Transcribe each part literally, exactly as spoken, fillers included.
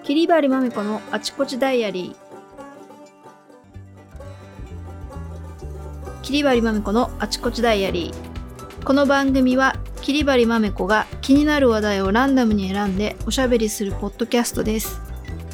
桐張まめこのあちこちダイアリー。桐張まめこのあちこちダイアリー。この番組は桐張まめこが気になる話題をランダムに選んでおしゃべりするポッドキャストです。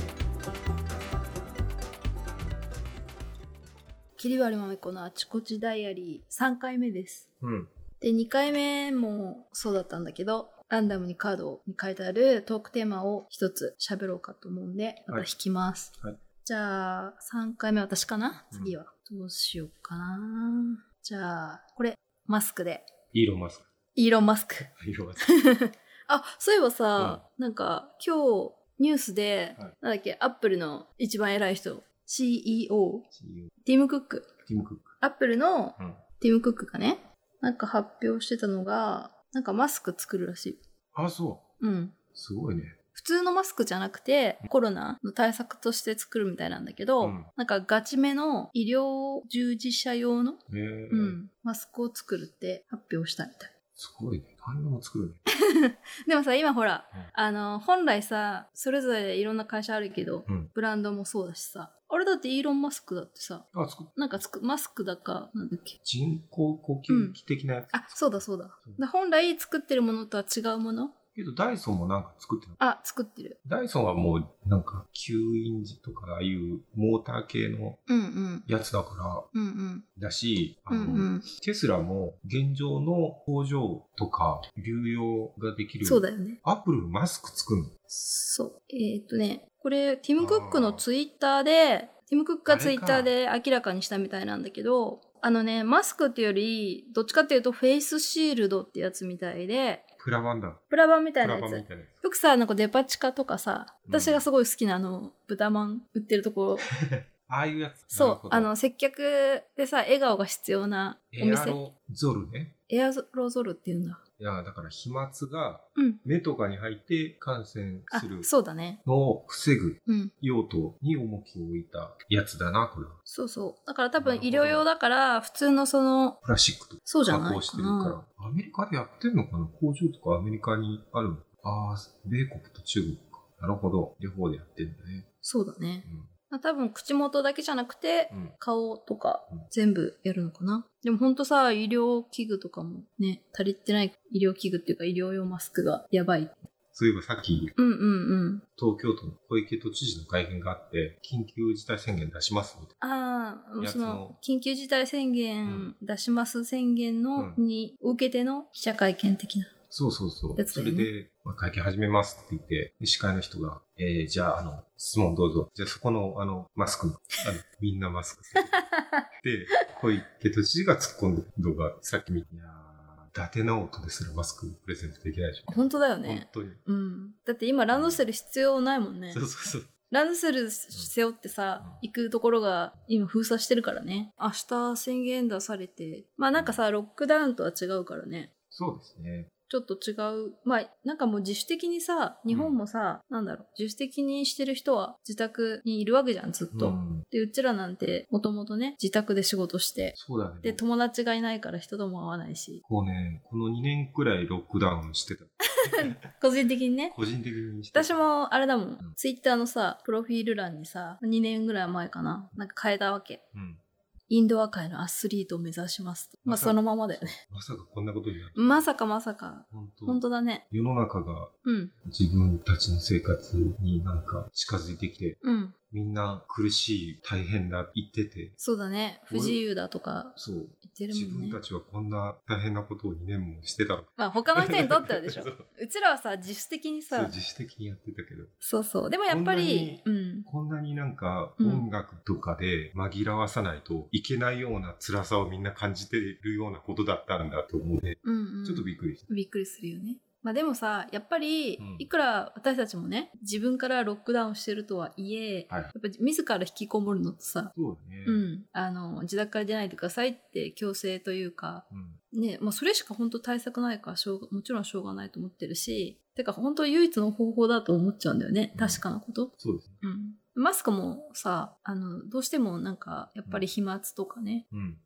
桐張まめこのあちこちダイアリーさんかいめです、 うん、 でにかいめもそうだったんだけど、ランダムにカードに書いてあるトークテーマを一つ喋ろうかと思うんで、また引きます、 はいはい、 じゃあさんかいめ私かな、うん、次はどうしようかな。じゃあこれマスクでイーロンマスクイーロンマスクイーロンマスクあ、そういえばさ、うん、なんか今日ニュースで、はい、なんだっけ、アップルの一番偉い人 シーイーオー ティム・クックティム・クックアップルのティム・クックがね、なんか発表してたのが、なんかマスク作るらしい。 あ、そう。 うん。 すごいね。 普通のマスクじゃなくて、コロナの対策として作るみたいなんだけど、うん、なんかガチめの医療従事者用の、 へー、 うん、マスクを作るって発表したみたい。 すごいね。何でも作るね。 でもさ、今ほら、うん、あの、本来さ、それぞれいろんな会社あるけど、うん、ブランドもそうだしさ、あれだってイーロンマスクだってさ、 あ、作っなんかつくマスクだか、なんだっけ。 人工呼吸器的なやつ、 うん、あ、そうだそうだ。だ本来作ってるものとは違うもの。 けどダイソンもなんか作ってる。 あ、作ってる。 ダイソンはもうなんか吸引時とかああいうモーター系のやつだから、 うんうん、 だし、あの、 うんうん、 テスラも現状の工場とか流用ができる。 そうだよね。 アップルのマスク作るの。 そう。えー、っとね、これティム・クックのツイッターで、ティム・クックがツイッターで明らかにしたみたいなんだけど、あのね、マスクっていうより、どっちかっていうとフェイスシールドってやつみたいで、 プラバンだ。 プラバンみたいなやつ。よくさ、なんかデパ地下とかさ、私がすごい好きなあの、豚まん売ってるところ。 ああいうやつ。 そう、あの、接客でさ、笑顔が必要なお店。 エアロゾルね。 エアロゾルっていうんだ。 いや、だから飛沫が目とかに入って感染するのを防ぐ用途に重きを置いたやつだな、これは。 そうそう。だから多分医療用だから、普通のその、 プラスチックと加工してるから。アメリカでやってんのかな？工場とかアメリカにあるの？ああ、米国と中国か。なるほど。両方でやってんだね。 そうだね。うん多分口元だけじゃなくて、うん、顔とか全部やるのかな、うん、でもほんとさ、医療器具とかもね、足りてない医療器具っていうか医療用マスクがやばい。 そういえばさっき、 うんうんうん、 東京都の小池都知事の会見があって、緊急事態宣言出しますみたいな。ああ、その緊急事態宣言出します宣言の、うん、に受けての記者会見的な。 そうそうそう。ね、それで、まあ、会見始めますって言って、司会の人が、えー、じゃあ、あの、質問どうぞ。じゃあ、そこの、あの、マスクの、あの、みんなマスクで、小池都知事が突っ込んでる動画、さっき見て、いやー、伊達直人ですらマスクプレゼントできないでしょ。 本当だよね。 本当に。 うん。だって今、ランドセル必要ないもんね。 そうそうそう。 ランドセル背負ってさ、うん、行くところが今封鎖してるからね。明日宣言出されて。まあなんかさ、ロックダウンとは違うからね。 そうですね。 ちょっと違う。まあ、なんかもう自主的にさ、日本もさ、うん、なんだろう、自主的にしてる人は自宅にいるわけじゃん、ずっと。うん、で、うちらなんて、もともとね、自宅で仕事して。 そうだね。 で、友達がいないから人とも会わないし。 こうね、このにねんくらいロックダウンしてた。 個人的にね。 個人的にしてた。 私も、あれだもん、うん、ツイッターのさ、プロフィール欄にさ、にねんぐらい前かな、なんか変えたわけ。うんインドア界のアスリートを目指しますと。まあそのままだよね。 まさかこんなことになる。 まさかまさか。本当。本当だね。 世の中が自分たちの生活になんか近づいてきて、うん、みんな苦しい、大変だ言ってて。 そうだね。不自由だとか言ってるもんね。 自分たちはこんな大変なことをにねんもしてたの。 まあ他の人にとってはでしょ。う, うちらはさ、自主的にさ。 そう、自主的にやってたけど。 そうそう。でもやっぱり、 こんなに、うん、こんなになんか音楽とかで紛らわさないといけないような辛さをみんな感じてるようなことだったんだと思うね。うんうん、ちょっとびっくりした。 びっくりするよね。まあでもさ、やっぱり、いくら私たちもね、自分からロックダウンしてるとはいえ、はい、やっぱ自ら引きこもるのとさ、 そうだね。 うん。あの、自宅から出ないでくださいって強制というか、うん、ね、まあそれしか本当対策ないからしょうが、もちろんしょうがないと思ってるし、てか本当唯一の方法だと思っちゃうんだよね。うん、確かなこと。 そうですね。 うん。マスクもさ、あの、どうしてもなんか、やっぱり飛沫とかね、うん、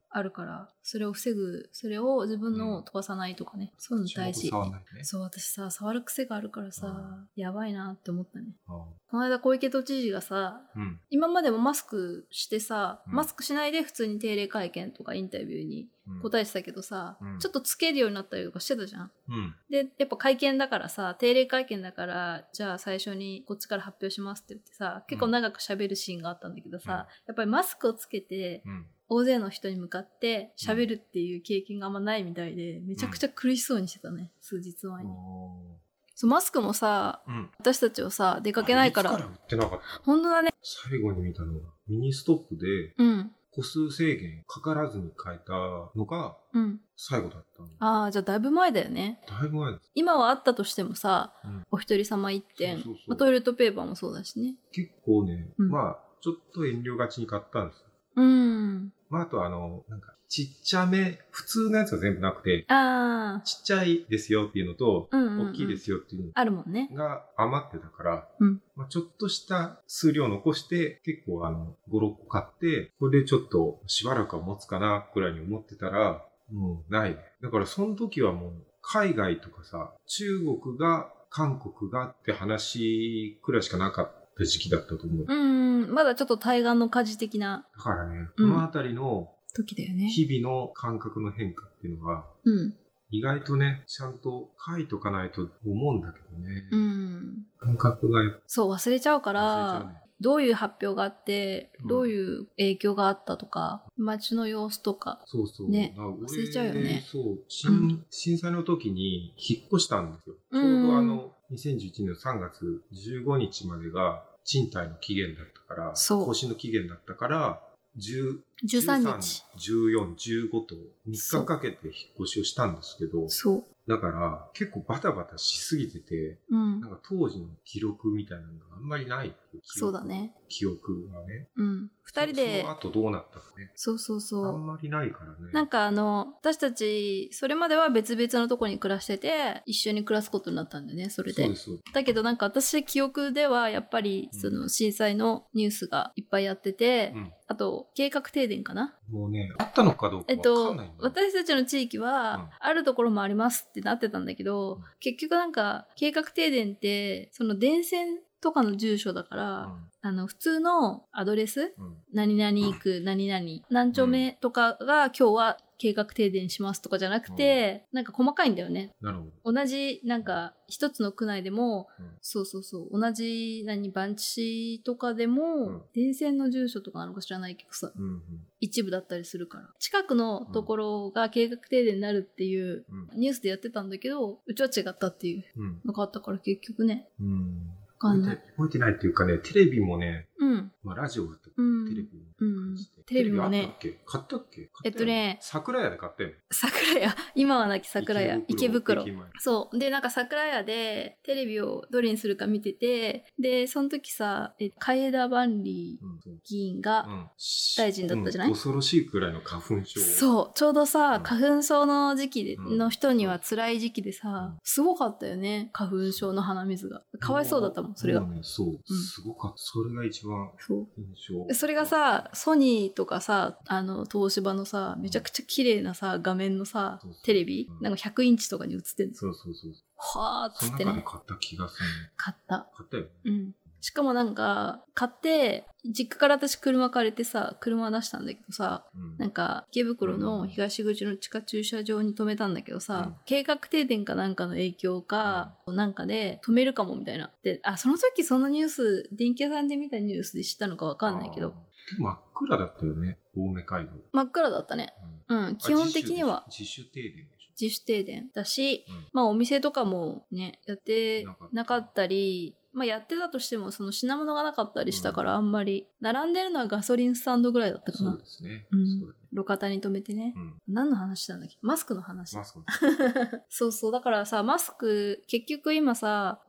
あるから、それを防ぐ、それを自分のを飛ばさないとかね。そういうの大事。 触んないね。 そう、私さ、触る癖があるからさ、 うんやばいなって思ったね。 ああこの間小池都知事がさ、 うん今までもマスクしてさ、 うんマスクしないで普通に定例会見とかインタビューにうん答えてたけどさ、 うんちょっとつけるようになったりとかしてたじゃん。 うんで、やっぱ会見だからさ、定例会見だから、じゃあ最初にこっちから発表しますって言ってさ、結構長く喋るシーンがあったんだけどさ、 うんやっぱりマスクをつけて、 うん大勢の人に向かって喋るっていう経験があんまないみたいで、めちゃくちゃ苦しそうにしてたね、数日前に。そうマスクもさ、 うん。 私たちはさ、出かけないから。 いつから売ってなかった。 本当だね。 最後に見たのは、ミニストップで、 うん。 個数制限かからずに変えたのが、 うん。 最後だったの。 ああ、じゃあだいぶ前だよね。 だいぶ前です。 今はあったとしてもさ、 うんお一人様一点、 そうそうそうまあ、トイレットペーパーもそうだしね。 結構ね、 うんまあ、ちょっと遠慮がちに買ったんですよ。 うん。 まあ、あとあの、なんか、ちっちゃめ、普通のやつは全部なくて、 ああ、 ちっちゃいですよっていうのと、 うんうんうん大きいですよっていうあるもんね。 のが余ってたから、 うんまあ、ちょっとした数量残して、結構あの、ご、ろっこ買って、これでちょっとしばらくは持つかな、くらいに思ってたら、もうないね。だからその時はもう、海外とかさ、中国が、韓国がって話くらいしかなかった時期だったと思う。 うん、まだちょっと対岸の火事的なだからね、こうんのあたりの時だよね。 日々の感覚の変化っていうのは、 うん。 意外とね、ちゃんと書いとかないと思うんだけどね。 うん。 感覚がやっぱそう、忘れちゃうか忘れちゃうら、 ね。 どういう発表があって、 うんどういう影響があったとか、街の様子とか。 そうそう。 ねだから俺忘れちゃうよねそう、震、 うん震災の時に引っ越したんですよ。ちょうんうどあの、にせんじゅういちねんのさんがつじゅうごにちまでが賃貸の期限だったから、 そう更新の期限だったから、じゅう、 じゅうさんにち。 じゅうよん、じゅうごとみっかかけて引っ越しをしたんですけど、 そう。 だから結構バタバタしすぎてて、 うんな。んか当時の記録みたいなのがあんまりないっていう記憶そうだね。 記憶がね。 うん。二人でその、後どうなったかね。 そうそうあそんまりないからね。 う。なんかあの、私たち、それまでは別々のとこに暮らしてて、一緒に暮らすことになったんだよね、それで。 そうです、そうです。 だけどなんか私記憶ではやっぱりうんその震災のニュースがいっぱいやってて、 うんあと計画停電かな。 もうね、あったのかどうかわかえっとんないんだよ、 私たちの地域うんはあるところもありますってなってたんだけど、 うん結局なんか計画停電ってその電線とかの住所だから、あの普通のアドレスうんうん何々区何々何丁目とかが今日は計画停電しますとかじゃなくて、なんか細かいんだよね。 なるほど。 同じなんか一つの区内でも、 うんそうそうそう同じ何番地とかでも、 うん電線の住所とかなのか知らないけどさうんうん一部だったりするから近くのところが計画停電になるっていううんニュースでやってたんだけどうちは違ったっていううんのがあったから結局ねうんわかんない。 覚えて覚えてないっていうかね、テレビもね、 うんまあ、ラジオだったうんテレビもうんしてテレビもねテレビあったっけ買ったっけえっとね桜屋で買ったよね。 桜屋今はなき桜屋池袋駅前そうでなんか桜屋でテレビをどれにするか見ててでその時さえ海田万里うんそう議員が、 うん大臣だったじゃないうん恐ろしいくらいの花粉症。 そうちょうどさ、 うん花粉症の時期で、 うんの人には辛い時期でさ、 うんすごかったよね花粉症の鼻水がかわいそうだったもんそれが、 もうね、そう、すごかった。それが一番そう印象。 でそれがさソニーとかさあの東芝のさめちゃくちゃ綺麗なさ画面のさそうそうテレビ、 うんなんかひゃくインチとかに映ってんのそうそうそう。 はーっその中でつってね買った気がするね。 買った買ったよね。 うんしかもなんか買って実家から私車借りてさ車出したんだけどさうんなんか池袋の東口の地下駐車場に止めたんだけどさ、 うん計画停電かなんかの影響か、なんかで止めるかもみたいなであその時そのニュース電気屋さんで見たニュースで知ったのかわかんないけどあー真っ暗だったよね、青梅街道。 真っ暗だったねうんうん基本的には自主自主停電でし自主停電だし、 ょ。うんまあお店とかもねやってなかったなかったりまあやってたとしてもその品物がなかったりしたからあんまり、並んでるのはガソリンスタンドぐらいだったかなそうですね。 うんそうだね。 路肩に止めてね、 うん。 何の話なんだっけマスクの話マスク。 そうそうだからさマスク結局今さ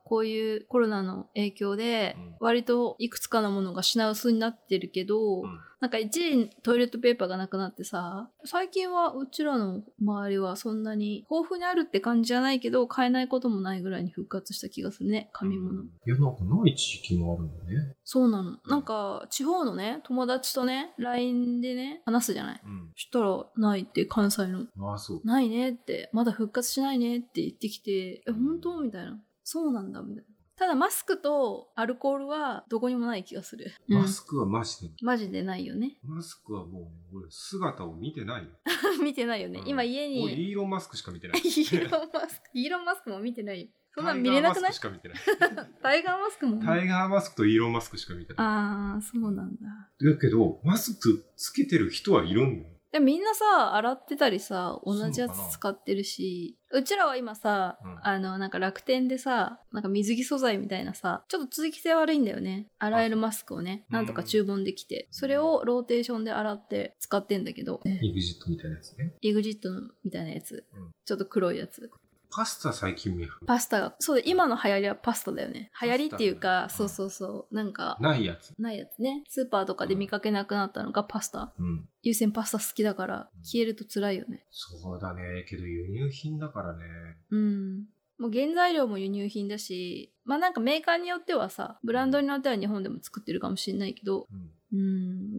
こういうコロナの影響で、割といくつかのものが品薄になってるけど、うん、なんか一時トイレットペーパーがなくなってさ、最近はうちらの周りはそんなに豊富にあるって感じじゃないけど、買えないこともないぐらいに復活した気がするね、紙物。うん、いや、なんかない地域もあるんだね。 そうなの。なんか、地方のね、友達とね、ライン でね、話すじゃない。うん、そしたら、ないって、関西の。 ああ、そう。 ないねって、まだ復活しないねって言ってきて、え、本当みたいな。そうなんだ、みたいな。ただマスクとアルコールはどこにもない気がする。 マスクはマジで、うん、 マジでないよね。 マスクはもう、俺姿を見てないよ。 見てないよね。うん、今家に。 俺イーロンマスクしか見てない。 イーロンマスク。イーロンマスクも見てないよ。そんな見れなくない？ タイガーマスクしか見てない。 タイガーマスクもタイガーマスクとイーロンマスクしか見てない。 ああ、そうなんだ。 だけど、マスクつけてる人はいるんだよ。 でみんなさ、洗ってたりさ、同じやつ使ってるし、うちらは今さ、うん、あの、なんか楽天でさ、なんか水着素材みたいなさ、ちょっと通気性悪いんだよね。洗えるマスクをね、なんとか注文できて、それをローテーションで洗って使ってんだけど。 イグジットみたいなやつね。 イグジットみたいなやつ。うん、ちょっと黒いやつ。 パスタ最近見る。 パスタが、そうで、今の流行りはパスタだよね。流行りっていうか、そうそうそう、なんか。 ないやつ。 ないやつね。スーパーとかで見かけなくなったのがパスタ。うん。優先パスタ好きだから、消えると辛いよね。 そうだね。けど輸入品だからね。 うん。もう原材料も輸入品だし、まあなんかメーカーによってはさ、ブランドによっては日本でも作ってるかもしれないけど、うんうん、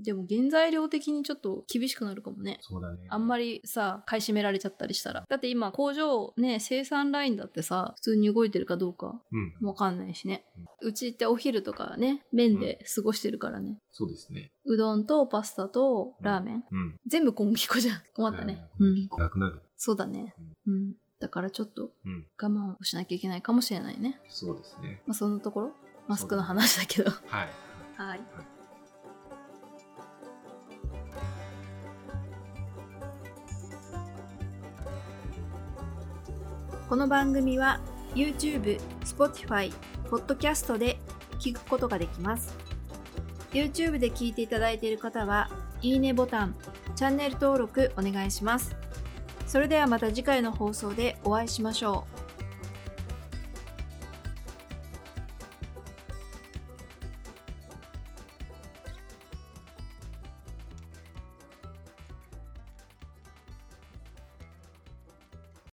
でも原材料的にちょっと厳しくなるかもね。 そうだね。 あんまりさ、買い占められちゃったりしたら。だって今工場ね、生産ラインだってさ、普通に動いてるかどうか、うん、わかんないしね、うん。うちってお昼とかね、麺で過ごしてるからね。うん、 そうですね。 うどんとパスタとラーメン。うん、全部小麦粉じゃん。困ったね。 うん。なくなる。 そうだね。うん。うん、だからちょっと我慢をしなきゃいけないかもしれないね。 そうですね。 まあそんなところマスクの話だけど。 はい。 はい。はい。この番組は YouTube、Spotify、Podcast で聞くことができます。YouTube で聞いていただいている方は、いいねボタン、チャンネル登録お願いします。それではまた次回の放送でお会いしましょう。